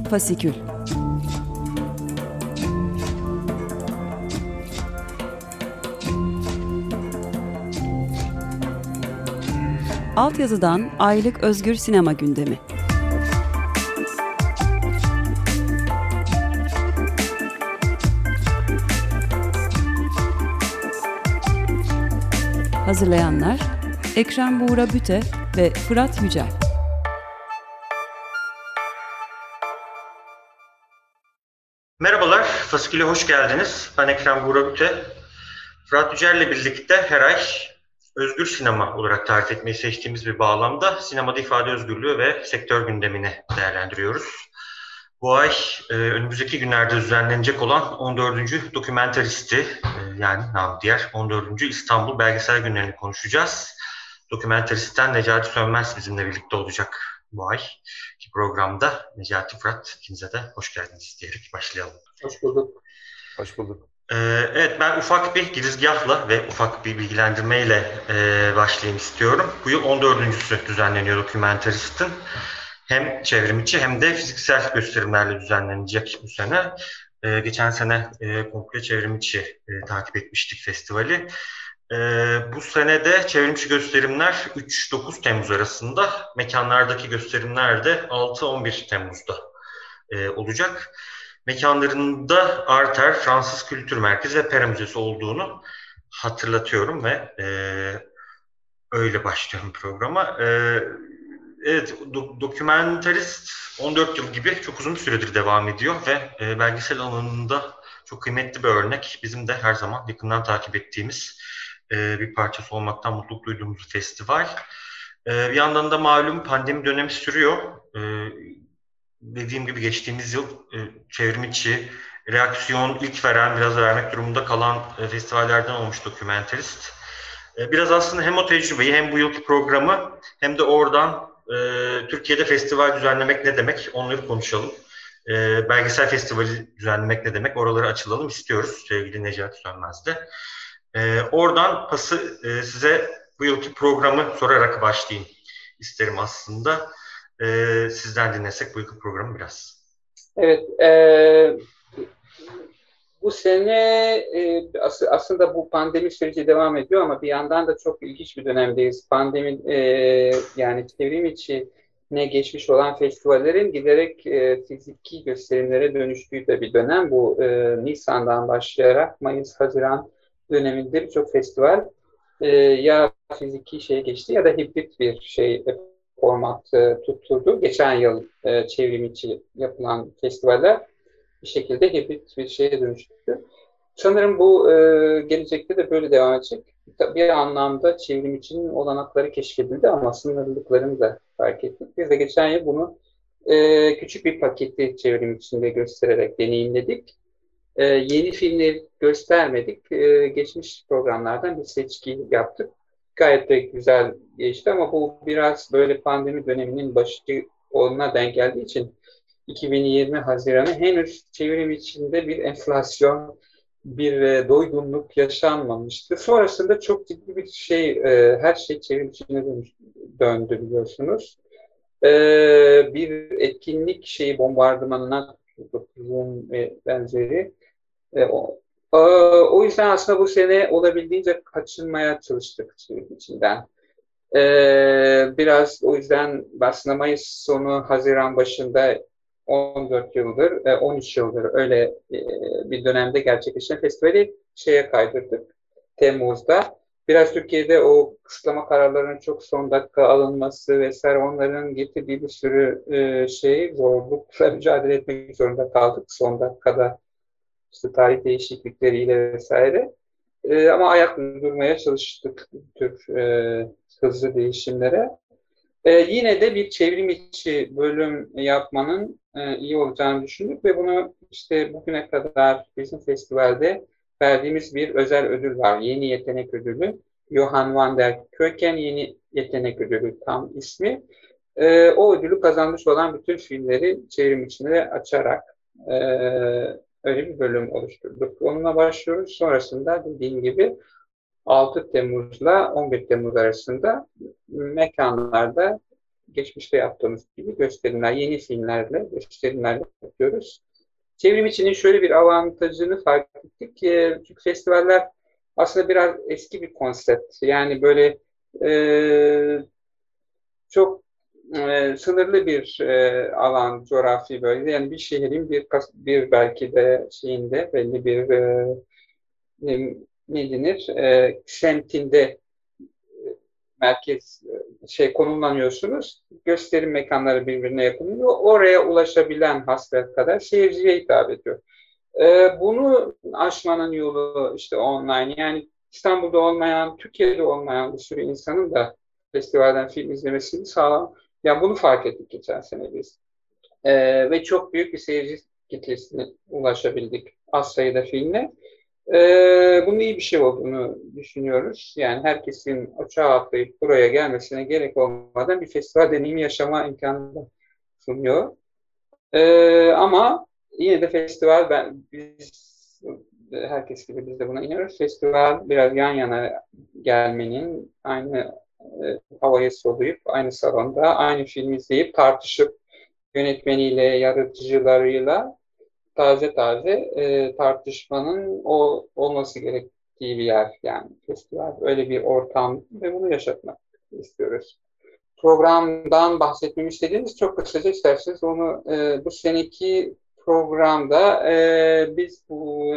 Fasikül. Altyazıdan aylık özgür sinema gündemi. Hazırlayanlar Ekrem Buğra Büte ve Fırat Yücel. Merhabalar, Fasikül'e hoş geldiniz. Ben Ekrem Buğra Büte. Fırat Yücel'le birlikte her ay özgür sinema olarak tarif etmeyi seçtiğimiz bir bağlamda sinemada ifade özgürlüğü ve sektör gündemini değerlendiriyoruz. Bu ay önümüzdeki günlerde düzenlenecek olan 14. Dokümentaristi, yani namı diğer 14. İstanbul Belgesel Günlerini konuşacağız. Dokümentaristten Necati Sönmez bizimle birlikte olacak bu ayki programda. Necati, Fırat, ikinize de hoş geldiniz diyerek başlayalım. Hoş bulduk. Hoş bulduk. Evet, ben ufak bir girizgahla ve ufak bir bilgilendirmeyle başlayayım istiyorum. Bu yıl 14.'sü düzenleniyor Dokümentarist'in. Hem çevrimiçi hem de fiziksel gösterimlerle düzenlenecek bu sene. Geçen sene komple çevrimiçi takip etmiştik festivali. Bu sene de çevrimiçi gösterimler 3-9 Temmuz arasında, mekanlardaki gösterimler de 6-11 Temmuz'da olacak. Mekanlarında Arter, Fransız Kültür Merkezi ve Pera Müzesi olduğunu hatırlatıyorum ve öyle başlıyorum programa. Evet, Dokümentarist 14 yıl gibi çok uzun bir süredir devam ediyor ve belgesel alanında çok kıymetli bir örnek. Bizim de her zaman yakından takip ettiğimiz bir parçası olmaktan mutluluk duyduğumuz bir festival. Bir yandan da malum pandemi dönemi sürüyor. Dediğim gibi geçtiğimiz yıl çevrimiçi, reaksiyon ilk veren, biraz da vermek durumunda kalan festivallerden olmuş Dokümentarist. Biraz aslında hem o tecrübeyi hem bu yılki programı hem de oradan Türkiye'de festival düzenlemek ne demek onları konuşalım. Belgesel festivali düzenlemek ne demek oraları açılalım istiyoruz sevgili Necati Sönmez'de. Oradan pası size bu yılki programı sorarak başlayayım isterim aslında. Sizden dinlesek bu yılki programı biraz. Evet, bu sene aslında bu pandemi süreci devam ediyor ama bir yandan da çok ilginç bir dönemdeyiz. Pandemi yani çevrim içine geçmiş olan festivallerin giderek fiziki gösterimlere dönüştüğü de bir dönem. Bu Nisan'dan başlayarak Mayıs-Haziran döneminde birçok festival ya fiziki şeye geçti ya da hibrit bir format tutturdu. Geçen yıl çevrim içi yapılan festivaller bir şekilde hibrit bir şeye dönüştü. Sanırım bu gelecekte de böyle devam edecek. Bir anlamda çevrim için olanakları keşfedildi ama sınırlılıklarını da fark ettik. Biz de geçen yıl bunu küçük bir paketi çevrim içinde göstererek deneyimledik. Yeni filmleri göstermedik. Geçmiş programlardan bir seçki yaptık. Gayet de güzel geçti ama bu biraz böyle pandemi döneminin başı ona denk geldiği için 2020 Haziran'ı henüz çevrim içinde bir enflasyon, bir doygunluk yaşanmamıştı. Sonrasında çok ciddi bir her şey çevrim içine döndü biliyorsunuz. Bir etkinlik bombardımanına Zoom ve benzeri. O yüzden aslında bu sene olabildiğince kaçınmaya çalıştık çevrim içinden. Biraz o yüzden aslında Mayıs sonu, Haziran başında 14 yıldır, 13 yıldır öyle bir dönemde gerçekleşen festivali kaydırdık Temmuz'da. Biraz Türkiye'de o kısıtlama kararlarının çok son dakika alınması vesaire onların getirdiği bir sürü zorlukla mücadele etmek zorunda kaldık son dakikada tarih değişiklikleriyle vesaire. Ama ayakta durmaya çalıştık bu tür hızlı değişimlere. Yine de bir çevrim içi bölüm yapmanın iyi olacağını düşündük ve bunu bugüne kadar bizim festivalde verdiğimiz bir özel ödül var. Yeni Yetenek Ödülü. Johan van der Keuken Yeni Yetenek Ödülü tam ismi. O ödülü kazanmış olan bütün filmleri çevrim içinde açarak öyle bir bölüm oluşturduk. Onunla başlıyoruz. Sonrasında dediğim gibi 6 Temmuz'la 11 Temmuz arasında mekanlarda geçmişte yaptığımız gibi gösterimler, yeni filmlerle gösterimler yapıyoruz. Çevrim içinin şöyle bir avantajını fark ettik ki çünkü festivaller aslında biraz eski bir konsept. Yani böyle çok sınırlı bir alan, coğrafi bölge. Yani bir şehrin bir belki de şeyinde belli bir ne denir semtinde merkez konumlanıyorsunuz. Gösterim mekanları birbirine yakın. Oraya ulaşabilen hasbelkader seyirciye hitap ediyor. Bunu aşmanın yolu işte online. Yani İstanbul'da olmayan, Türkiye'de olmayan bir sürü insanın da festivalden film izlemesini sağlam. Yani bunu fark ettik geçen sene biz. Ve çok büyük bir seyirci kitlesine ulaşabildik az sayıda filmle. Bunun iyi bir şey olduğunu düşünüyoruz. Yani herkesin uçağa atlayıp buraya gelmesine gerek olmadan bir festival deneyimi yaşama imkanı da sunuyor. Ama yine de festival biz herkes gibi biz de buna inanıyoruz. Festival biraz yan yana gelmenin, aynı havayı soluyup, aynı salonda, aynı filmi izleyip, tartışıp, yönetmeniyle, yaratıcılarıyla taze tartışmanın olması gerektiği bir yer. Yani festival öyle bir ortam ve bunu yaşatmak istiyoruz. Programdan bahsetmemi istediğiniz çok kısaca isterseniz onu bu seneki programda biz bu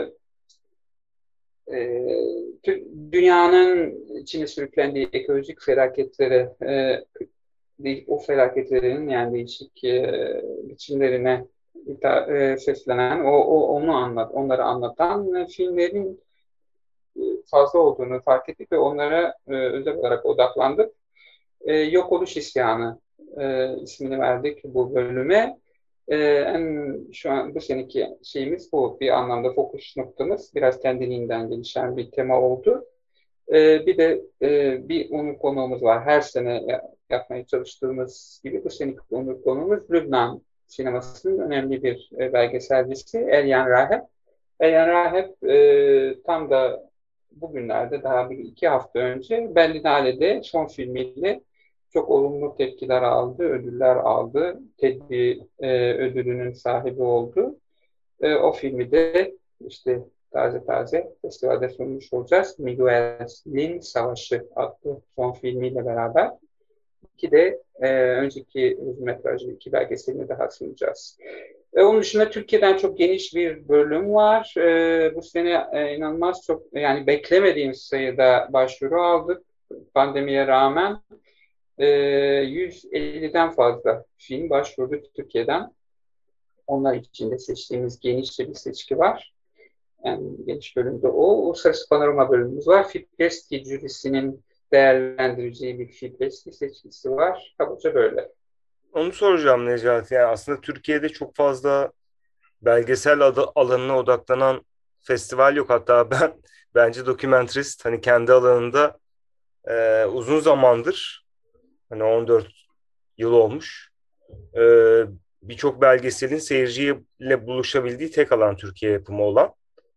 dünyanın içine sürüklendiği ekolojik felaketleri o felaketlerin yani değişik biçimlerine seslenen onları anlatan filmlerin fazla olduğunu fark ettik ve onlara özel olarak odaklandık. Yok Oluş İsyanı ismini verdik bu bölüme. Şu an bu seneki şeyimiz bu. Bir anlamda fokus noktamız biraz kendiliğinden gelişen bir tema oldu. Bir de bir onur konuğumuz var. Her sene yapmaya çalıştığımız gibi bu seneki onur konuğumuz Lübnan sinemasının önemli bir belgeselcisi Elyan Rahep. Elyan Rahep tam da bugünlerde daha bir iki hafta önce Berlinale'de son filmiyle çok olumlu tepkiler aldı, ödüller aldı. Teddy ödülünün sahibi oldu. O filmi de işte taze festivalde sunmuş olacağız. Miguel'in Savaşı adlı son filmiyle beraber. İki de önceki uzun metrajlı iki belgeselini daha sunacağız. Onun dışında Türkiye'den çok geniş bir bölüm var. Bu sene inanılmaz çok yani beklemediğimiz sayıda başvuru aldık. Pandemiye rağmen 150'den fazla film başvurdu Türkiye'den. Onlar içinde seçtiğimiz genişçe bir seçki var. Yani geniş bölümde o. Uluslararası Panorama bölümümüz var. Fitbesti jürisinin değerlendireceği bir Fitbesti seçkisi var. Kabaca böyle. Onu soracağım Necati. Yani aslında Türkiye'de çok fazla belgesel alanına odaklanan festival yok. Hatta bence dokümenterist hani kendi alanında uzun zamandır hani 14 yıl olmuş. E, Birçok belgeselin seyirciyle buluşabildiği tek alan Türkiye yapımı olan.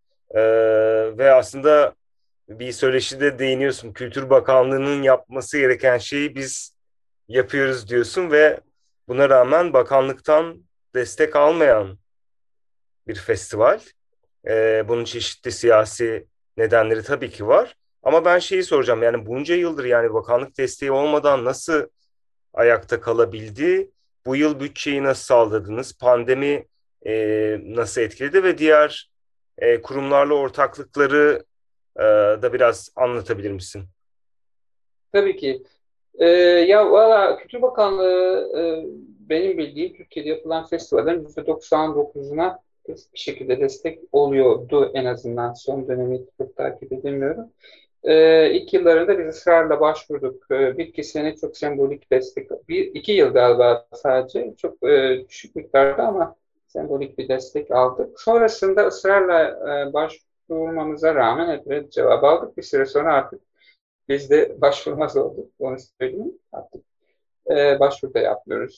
Ve aslında bir söyleşide değiniyorsun. Kültür Bakanlığı'nın yapması gereken şeyi biz yapıyoruz diyorsun ve buna rağmen bakanlıktan destek almayan bir festival. Bunun çeşitli siyasi nedenleri tabii ki var. Ama ben şeyi soracağım yani bunca yıldır yani bakanlık desteği olmadan nasıl ayakta kalabildi? Bu yıl bütçeyi nasıl sağladınız? Pandemi nasıl etkiledi ve diğer kurumlarla ortaklıkları da biraz anlatabilir misin? Tabii ki. Ya valla Kültür Bakanlığı benim bildiğim Türkiye'de yapılan festivallerin %99'una bir şekilde destek oluyordu en azından. Son dönemi çok takip edemiyorum. İlk yıllarında biz ısrarla başvurduk. Bir iki sene çok sembolik destek. İki yıl galiba sadece. Çok düşük miktarda ama sembolik bir destek aldık. Sonrasında ısrarla başvurmamıza rağmen hep cevap aldık. Bir süre sonra artık biz de başvurmaz olduk. Onu söyleyeyim. Artık başvuru da yapmıyoruz.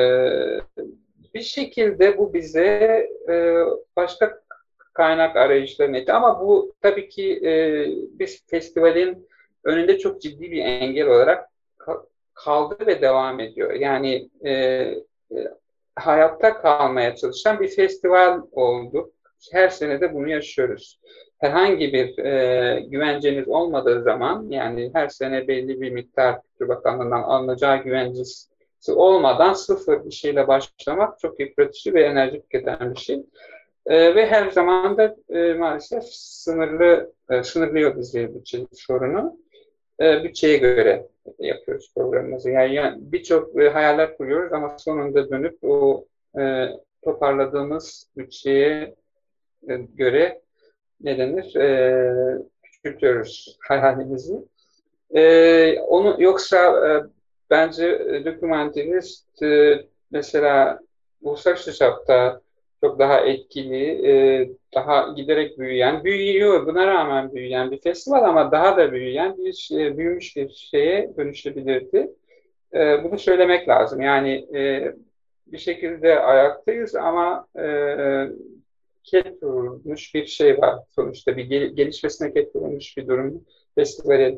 Bir şekilde bu bize başka kaynak arayışlarına etti. Ama bu tabii ki biz festivalin önünde çok ciddi bir engel olarak kaldı ve devam ediyor. Yani hayatta kalmaya çalışan bir festival oldu. Her sene de bunu yaşıyoruz. Herhangi bir güvenceniz olmadığı zaman, yani her sene belli bir miktar Kültür Bakanlığı'ndan alınacağı güvencesi olmadan sıfır bir şeyle başlamak çok yıpratıcı ve enerji tüketen bir şey. Ve her zaman da maalesef sınırlıyor bizi bütçe sorunu. Bütçeye göre yapıyoruz programımızı. Yani birçok hayaller kuruyoruz ama sonunda dönüp o toparladığımız bütçeye göre ne denir? Küçültüyoruz hayalimizi. Onu yoksa bence dokümenterist mesela uluslararası çapta çok daha etkili, daha giderek büyüyor, buna rağmen büyüyen bir festival ama daha da büyüyen büyümüş bir şeye dönüşebilirdi. Bunu söylemek lazım. Yani bir şekilde ayaktayız ama ket vurulmuş bir şey var. Sonuçta bir gelişmesine ket vurulmuş bir durum festivalin.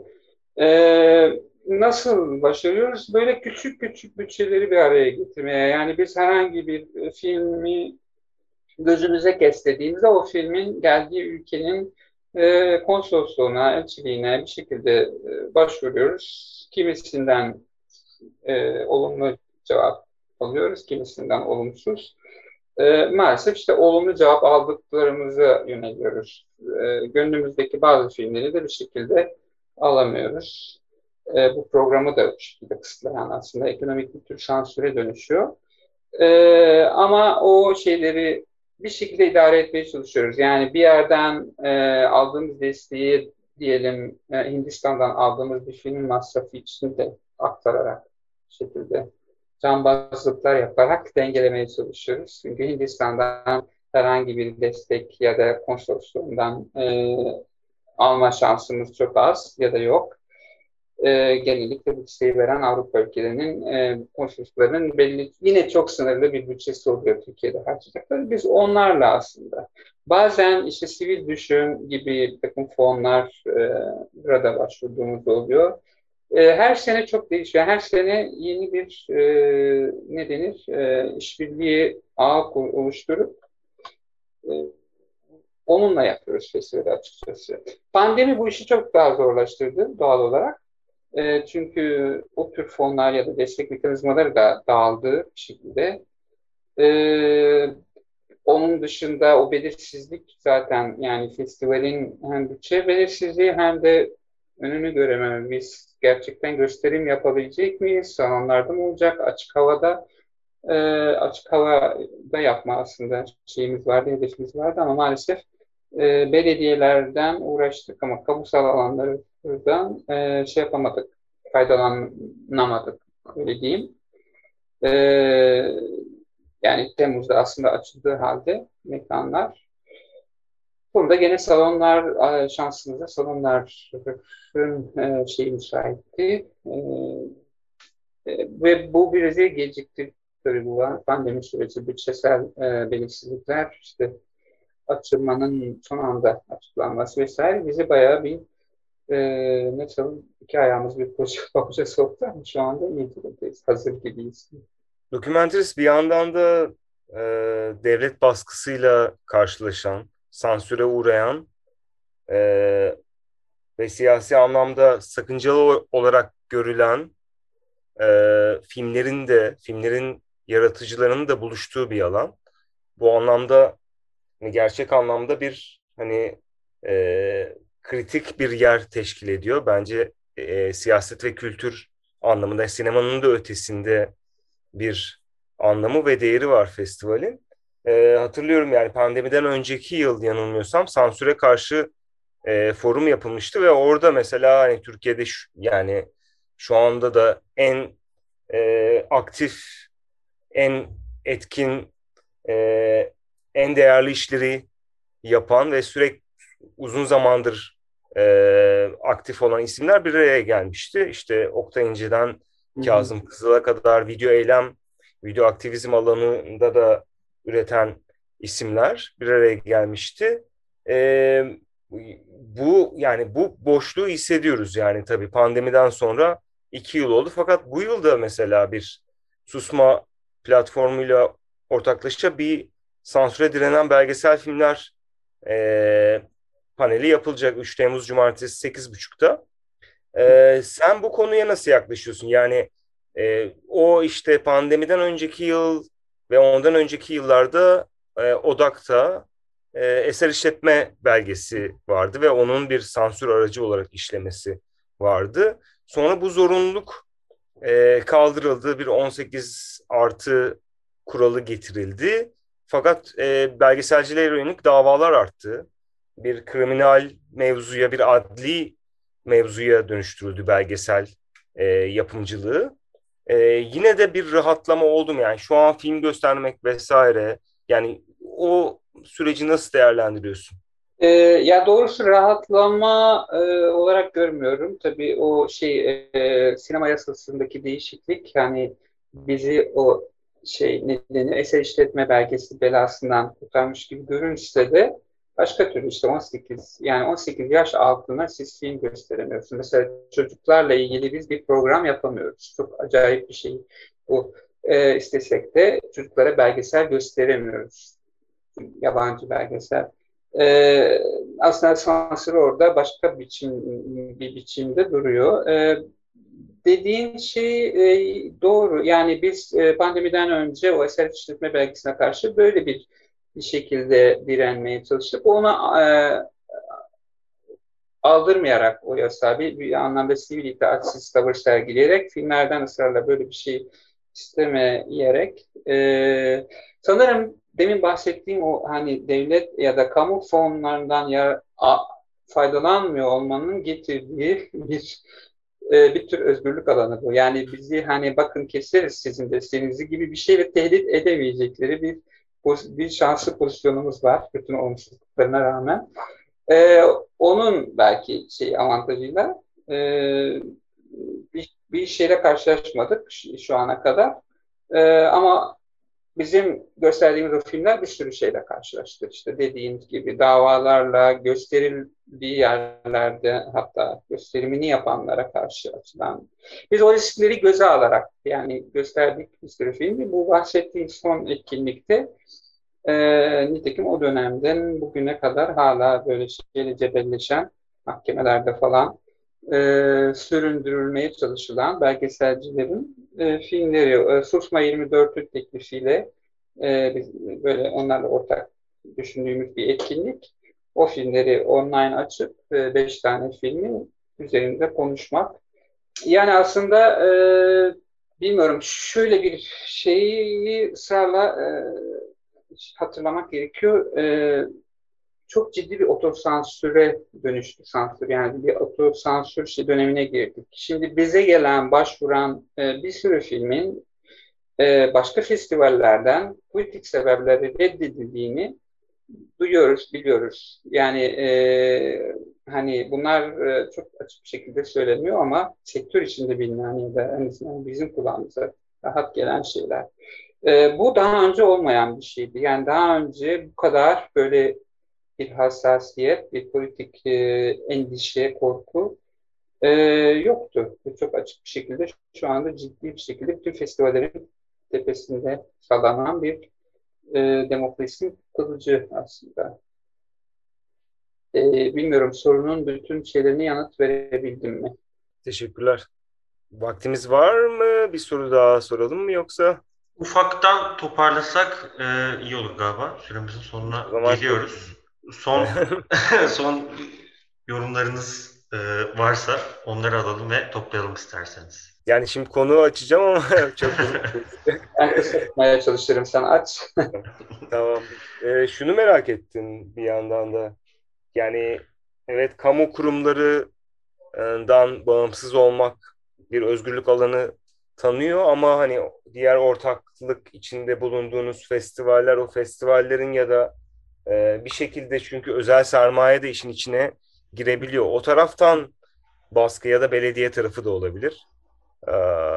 Nasıl başarıyoruz? Böyle küçük küçük bütçeleri bir araya getirmeye. Yani biz herhangi bir filmi gözümüze kestediğimizde o filmin geldiği ülkenin konsolosluğuna, elçiliğine bir şekilde başvuruyoruz. Kimisinden olumlu cevap alıyoruz, kimisinden olumsuz. Maalesef işte olumlu cevap aldıklarımıza yöneliyoruz. Gönlümüzdeki bazı filmleri de bir şekilde alamıyoruz. Bu programı da bir şekilde kısıtlayan aslında ekonomik bir tür sansüre dönüşüyor. Ama o şeyleri bir şekilde idare etmeye çalışıyoruz. Yani bir yerden aldığımız desteği diyelim Hindistan'dan aldığımız bir film masrafı için de aktararak bir şekilde cambazlıklar yaparak dengelemeye çalışıyoruz. Çünkü Hindistan'dan herhangi bir destek ya da konsolosluğundan alma şansımız çok az ya da yok. Genellikle bu desteği veren Avrupa ülkelerinin konsolosluklarının belli yine çok sınırlı bir bütçesi oluyor Türkiye'de harcayacakları. Biz onlarla aslında bazen işte sivil düşün gibi bir takım fonlar burada başvurduğumuz oluyor. Her sene çok değişiyor. Her sene yeni bir ne denir işbirliği ağı oluşturup onunla yapıyoruz festivali açıkçası. Pandemi bu işi çok daha zorlaştırdı doğal olarak. Çünkü o tür fonlar ya da destek mekanizmaları da dağıldı bir şekilde. Onun dışında o belirsizlik zaten yani festivalin hem bütçe belirsizliği hem de önünü göremememiz. Gerçekten gösterim yapabilecek miyiz? Salonlarda mı olacak? Açık havada yapma aslında şeyimiz vardı, hedefimiz vardı ama maalesef belediyelerden uğraştık ama kamusal alanlardan şey yapamadık, faydalanamadık, öyle diyeyim. Yani Temmuz'da aslında açıldığı halde mekanlar. Burada gene salonlar, şansımıza salonların şeyi müsaitti. Ve bu bizi gecikti. Tabii bu pandemi süreci, bütçesel belirsizlikler, işte açılmanın son anda açıklanması vesaire bizi bayağı bir nasıl iki ayağımız bir pabuca soktu ama şu anda iyi durumdayız. Hazır gibiyiz. Dokumenterist bir yandan da devlet baskısıyla karşılaşan, sansüre uğrayan ve siyasi anlamda sakıncalı olarak görülen filmlerin yaratıcılarının da buluştuğu bir alan. Bu anlamda gerçek anlamda bir kritik bir yer teşkil ediyor. Bence siyaset ve kültür anlamında sinemanın da ötesinde bir anlamı ve değeri var festivalin. Hatırlıyorum yani pandemiden önceki yıl yanılmıyorsam sansüre karşı forum yapılmıştı ve orada mesela hani Türkiye'de yani şu anda da en aktif, en etkin, en değerli işleri yapan ve sürekli uzun zamandır aktif olan isimler bir araya gelmişti. İşte Oktay İnce'den Kazım Kızıl'a kadar video aktivizm alanında da üreten isimler bir araya gelmişti. Bu boşluğu hissediyoruz yani tabii pandemiden sonra 2 yıl oldu. Fakat bu yılda mesela bir susma platformuyla ortaklaşa bir sansüre direnen belgesel filmler e, paneli yapılacak 3 Temmuz Cumartesi 8.30'da. Sen bu konuya nasıl yaklaşıyorsun? Yani o işte pandemiden önceki yıl ve ondan önceki yıllarda Odak'ta eser işletme belgesi vardı ve onun bir sansür aracı olarak işlemesi vardı. Sonra bu zorunluluk kaldırıldı. Bir 18 artı kuralı getirildi. Fakat belgeselcilere yönelik davalar arttı. Bir kriminal mevzuya, bir adli mevzuya dönüştürüldü belgesel yapımcılığı. Yine de bir rahatlama oldu mu? Yani şu an film göstermek vesaire. Yani o süreci nasıl değerlendiriyorsun? Ya doğrusu rahatlama olarak görmüyorum. Tabii o sinema yasasındaki değişiklik yani bizi o nedeni eser işletme belgesi belasından kurtarmış gibi görünse de başka türlü işte 18 yani 18 yaş altına siz film gösteremiyorsunuz. Mesela çocuklarla ilgili biz bir program yapamıyoruz. Çok acayip bir şey bu. İstesek de çocuklara belgesel gösteremiyoruz. Yabancı belgesel. Aslında sansür orada başka bir biçimde duruyor. Dediğin şey doğru. Yani biz pandemiden önce o eser işletme belgesine karşı böyle bir şekilde direnmeye çalıştık. Ona aldırmayarak o yasağı bir anlamda sivil itaatsiz tavır sergileyerek filmlerden ısrarla böyle bir şey istemeyerek sanırım demin bahsettiğim o hani devlet ya da kamu fonlarından faydalanmıyor olmanın getirdiği bir tür özgürlük alanı bu. Yani bizi hani bakın keseriz sizin desteğinizi gibi bir şeyle tehdit edemeyecekleri bir şanslı pozisyonumuz var bütün olumsuzluklarına rağmen. Ee, Onun belki avantajıyla e, bir şeyle karşılaşmadık şu ana kadar. Ama bizim gösterdiğimiz o filmler bir sürü şeyle karşılaştı. İşte dediğiniz gibi davalarla, gösterildiği yerlerde hatta gösterimini yapanlara karşı açılan. Biz o riskleri göze alarak yani gösterdik bir sürü filmi. Bu bahsettiğim son etkinlikte nitekim o dönemden bugüne kadar hala böyle şeyle cebelleşen mahkemelerde falan süründürülmeye çalışılan belgeselcilerin filmleri Susma 24'ü teklifiyle biz böyle onlarla ortak düşündüğümüz bir etkinlik. O filmleri online açıp 5 tane filmi üzerinde konuşmak. Yani aslında bilmiyorum şöyle bir şeyi ısrarla hatırlamak gerekiyor. Çok ciddi bir otosansüre dönüştü sansür. Yani bir otosansür dönemine girdik. Şimdi bize gelen, başvuran bir sürü filmin başka festivallerden politik sebeplerle reddedildiğini duyuyoruz, biliyoruz. Yani hani bunlar çok açık bir şekilde söyleniyor ama sektör içinde bilinen ya da en azından bizim kulağımıza rahat gelen şeyler. Bu daha önce olmayan bir şeydi. Yani daha önce bu kadar böyle bir hassasiyet, bir politik endişe, korku yoktu. Çok açık bir şekilde şu anda ciddi bir şekilde bütün festivallerin tepesinde sallanan bir demokrasinin kılıcı aslında. Bilmiyorum sorunun bütün şeylerine yanıt verebildim mi? Teşekkürler. Vaktimiz var mı? Bir soru daha soralım mı yoksa? Ufaktan toparlasak iyi olur galiba. Süremizin sonuna O zaman geliyoruz. Son son yorumlarınız varsa onları alalım ve toplayalım isterseniz. yani şimdi konu açacağım ama çok uzun. Ben kısa tutmaya çalışırım. Sen aç. Tamam. Şunu merak ettim bir yandan da. Yani evet kamu kurumlarından bağımsız olmak bir özgürlük alanı tanıyor ama hani diğer ortaklık içinde bulunduğunuz festivaller, o festivallerin ya da bir şekilde çünkü özel sermaye de işin içine girebiliyor. O taraftan baskı ya da belediye tarafı da olabilir. Ee,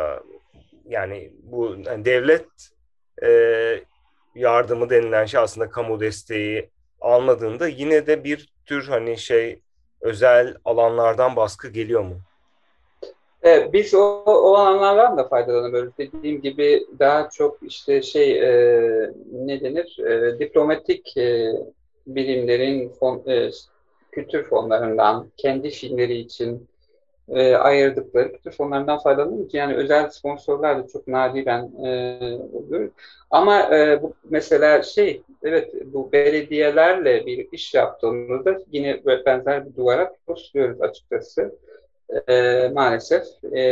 Yani bu yani devlet e, yardımı denilen şey aslında kamu desteği almadığında yine de bir tür hani özel alanlardan baskı geliyor mu? Biz o alanlardan da faydalanıyoruz. Dediğim gibi daha çok işte ne denir? Diplomatik birimlerin kültür fonlarından, kendi filmleri için ayırdıkları kültür fonlarından faydalanıyoruz. Yani özel sponsorlar da çok nadiren oluyor. Ama bu mesela evet, bu belediyelerle bir iş yaptığımızda yine benzer bir duvara tosluyoruz açıkçası. Maalesef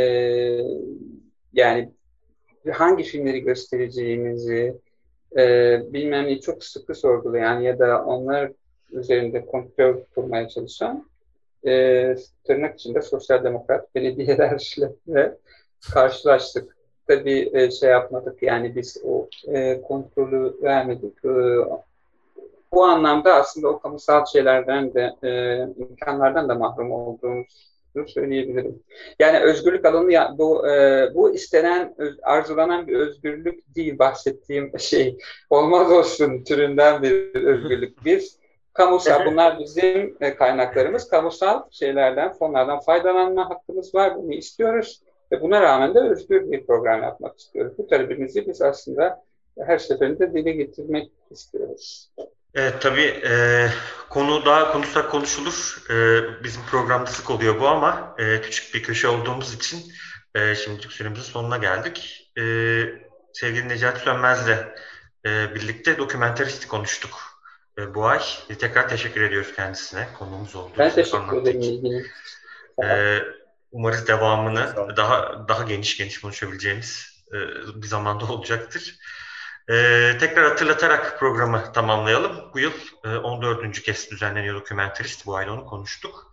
yani hangi filmleri göstereceğimizi bilmem neyi çok sıkı sorgulayan ya da onlar üzerinde kontrol kurmaya çalışan tırnak içinde sosyal demokrat belediyelerle karşılaştık. Tabii yapmadık, yani biz o kontrolü vermedik. Bu anlamda aslında o kamusal şeylerden de imkanlardan da mahrum olduğumuzu söyleyebilirim. Yani özgürlük alanı bu istenen, arzulanan bir özgürlük değil bahsettiğim olmaz olsun türünden bir özgürlük. Biz kamusal, bunlar bizim kaynaklarımız, kamusal şeylerden, fonlardan faydalanma hakkımız var. Bunu istiyoruz ve buna rağmen de özgür bir program yapmak istiyoruz. Bu talebimizi biz aslında her seferinde dile getirmek istiyoruz. Evet, tabii konu daha konuşsak konuşulur. Bizim programda sık oluyor bu ama küçük bir köşe olduğumuz için şimdilik süremizin sonuna geldik. Sevgili Necati Sönmez'le birlikte dokumentaristi konuştuk bu ay. Tekrar teşekkür ediyoruz kendisine. Konuğumuz oldu. Ben teşekkür ederim. Umarız devamını daha geniş konuşabileceğimiz bir zamanda olacaktır. Tekrar hatırlatarak programı tamamlayalım. Bu yıl 14. kez düzenleniyor Dokumentarist. Bu ay onu konuştuk.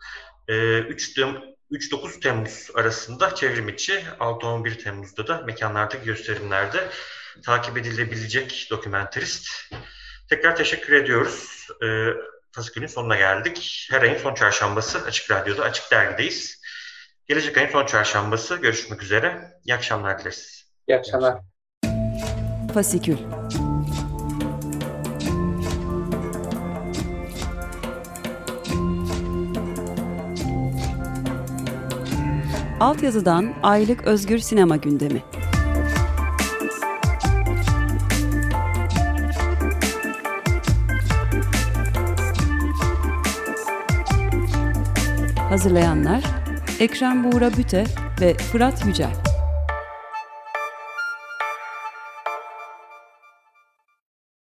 3-9 Temmuz arasında çevrim içi, 6-11 Temmuz'da da mekanlardaki gösterimlerde takip edilebilecek Dokumentarist. Tekrar teşekkür ediyoruz. Fasikül'ün sonuna geldik. Her ayın son çarşambası Açık Radyo'da, Açık Dergi'deyiz. Gelecek ayın son çarşambası görüşmek üzere. İyi akşamlar dileriz. İyi akşamlar. Fasikül. Altyazıdan aylık özgür sinema gündemi. Hazırlayanlar Ekrem Buğra Büte ve Fırat Yücel.